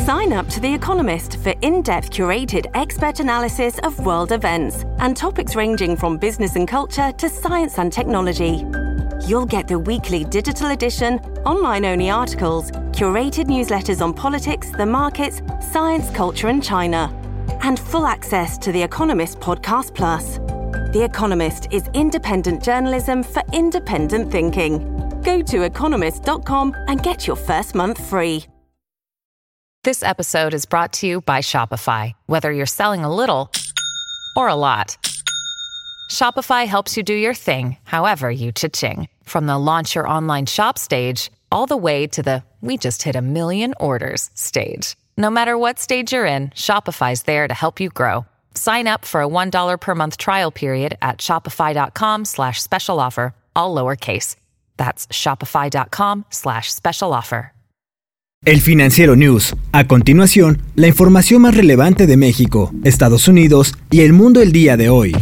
Sign up to The Economist for in-depth curated expert analysis of world events and topics ranging from business and culture to science and technology. You'll get the weekly digital edition, online-only articles, curated newsletters on politics, the markets, science, culture and China, and full access to The Economist Podcast Plus. The Economist is independent journalism for independent thinking. Go to economist.com and get your first month free. This episode is brought to you by Shopify. Whether you're selling a little or a lot, Shopify helps you do your thing, however you cha-ching. From the launch your online shop stage, all the way to the we just hit 1 million orders stage. No matter what stage you're in, Shopify's there to help you grow. Sign up for a $1 per month trial period at shopify.com/special offer, all lowercase. That's shopify.com/special offer. El Financiero News. A continuación, la información más relevante de México, Estados Unidos y el mundo el día de hoy.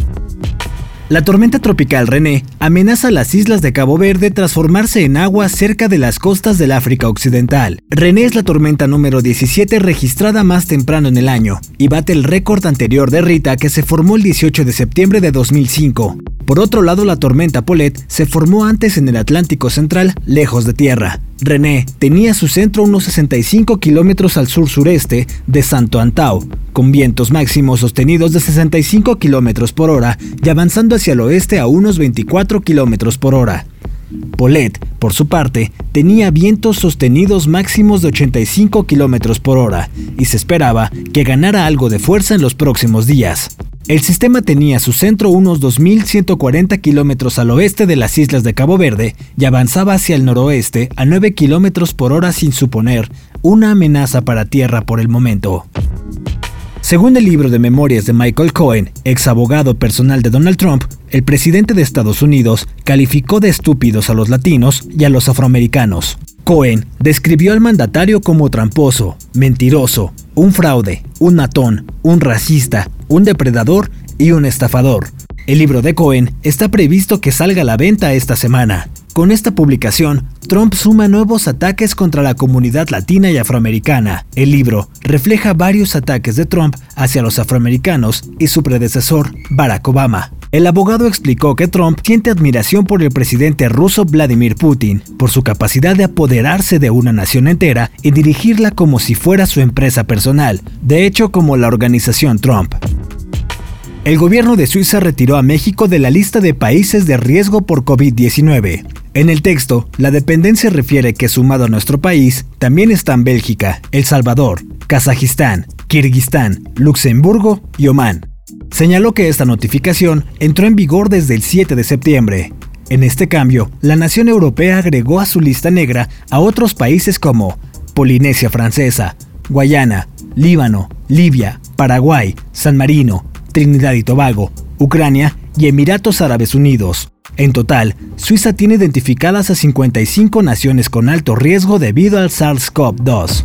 La tormenta tropical René amenaza a las islas de Cabo Verde tras formarse en agua cerca de las costas del África Occidental. René es la tormenta número 17 registrada más temprano en el año y bate el récord anterior de Rita que se formó el 18 de septiembre de 2005. Por otro lado, la tormenta Paulette se formó antes en el Atlántico Central, lejos de tierra. René tenía su centro a unos 65 kilómetros al sur-sureste de Santo Antão, con vientos máximos sostenidos de 65 kilómetros por hora y avanzando hacia el oeste a unos 24 kilómetros por hora. Paulette, por su parte, tenía vientos sostenidos máximos de 85 kilómetros por hora y se esperaba que ganara algo de fuerza en los próximos días. El sistema tenía su centro unos 2.140 kilómetros al oeste de las islas de Cabo Verde y avanzaba hacia el noroeste a 9 kilómetros por hora sin suponer una amenaza para tierra por el momento. Según el libro de memorias de Michael Cohen, ex abogado personal de Donald Trump, el presidente de Estados Unidos calificó de estúpidos a los latinos y a los afroamericanos. Cohen describió al mandatario como tramposo, mentiroso, un fraude, un matón, un racista, un depredador y un estafador. El libro de Cohen está previsto que salga a la venta esta semana. Con esta publicación, Trump suma nuevos ataques contra la comunidad latina y afroamericana. El libro refleja varios ataques de Trump hacia los afroamericanos y su predecesor, Barack Obama. El abogado explicó que Trump siente admiración por el presidente ruso Vladimir Putin, por su capacidad de apoderarse de una nación entera y dirigirla como si fuera su empresa personal, de hecho como la organización Trump. El gobierno de Suiza retiró a México de la lista de países de riesgo por COVID-19. En el texto, la dependencia refiere que sumado a nuestro país, también están Bélgica, El Salvador, Kazajistán, Kirguistán, Luxemburgo y Omán. Señaló que esta notificación entró en vigor desde el 7 de septiembre. En este cambio, la nación europea agregó a su lista negra a otros países como Polinesia Francesa, Guayana, Líbano, Libia, Paraguay, San Marino, Trinidad y Tobago, Ucrania y Emiratos Árabes Unidos. En total, Suiza tiene identificadas a 55 naciones con alto riesgo debido al SARS-CoV-2.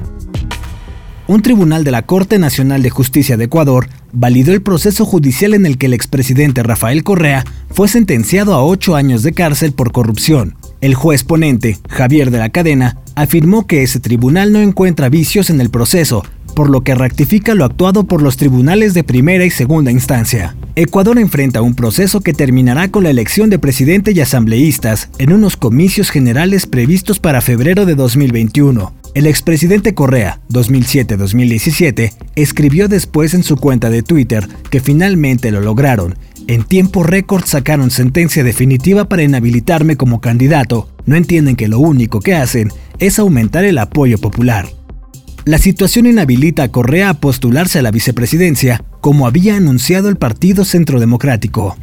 Un tribunal de la Corte Nacional de Justicia de Ecuador validó el proceso judicial en el que el expresidente Rafael Correa fue sentenciado a 8 años de cárcel por corrupción. El juez ponente, Javier de la Cadena, afirmó que ese tribunal no encuentra vicios en el proceso, por lo que rectifica lo actuado por los tribunales de primera y segunda instancia. Ecuador enfrenta un proceso que terminará con la elección de presidente y asambleístas en unos comicios generales previstos para febrero de 2021. El expresidente Correa, 2007-2017, escribió después en su cuenta de Twitter que finalmente lo lograron. En tiempo récord sacaron sentencia definitiva para inhabilitarme como candidato. No entienden que lo único que hacen es aumentar el apoyo popular. La situación inhabilita a Correa a postularse a la vicepresidencia, como había anunciado el Partido Centro Democrático.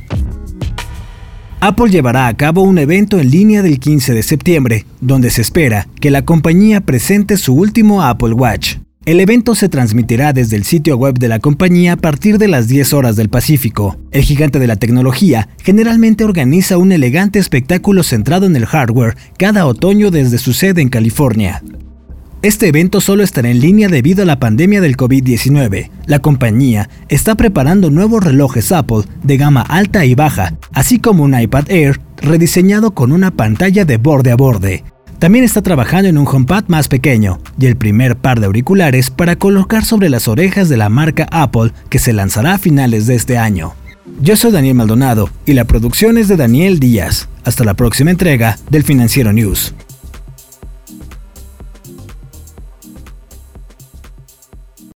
Apple llevará a cabo un evento en línea del 15 de septiembre, donde se espera que la compañía presente su último Apple Watch. El evento se transmitirá desde el sitio web de la compañía a partir de las 10 horas del Pacífico. El gigante de la tecnología generalmente organiza un elegante espectáculo centrado en el hardware cada otoño desde su sede en California. Este evento solo estará en línea debido a la pandemia del COVID-19. La compañía está preparando nuevos relojes Apple de gama alta y baja, así como un iPad Air rediseñado con una pantalla de borde a borde. También está trabajando en un HomePod más pequeño y el primer par de auriculares para colocar sobre las orejas de la marca Apple que se lanzará a finales de este año. Yo soy Daniel Maldonado y la producción es de Daniel Díaz. Hasta la próxima entrega del Financiero News.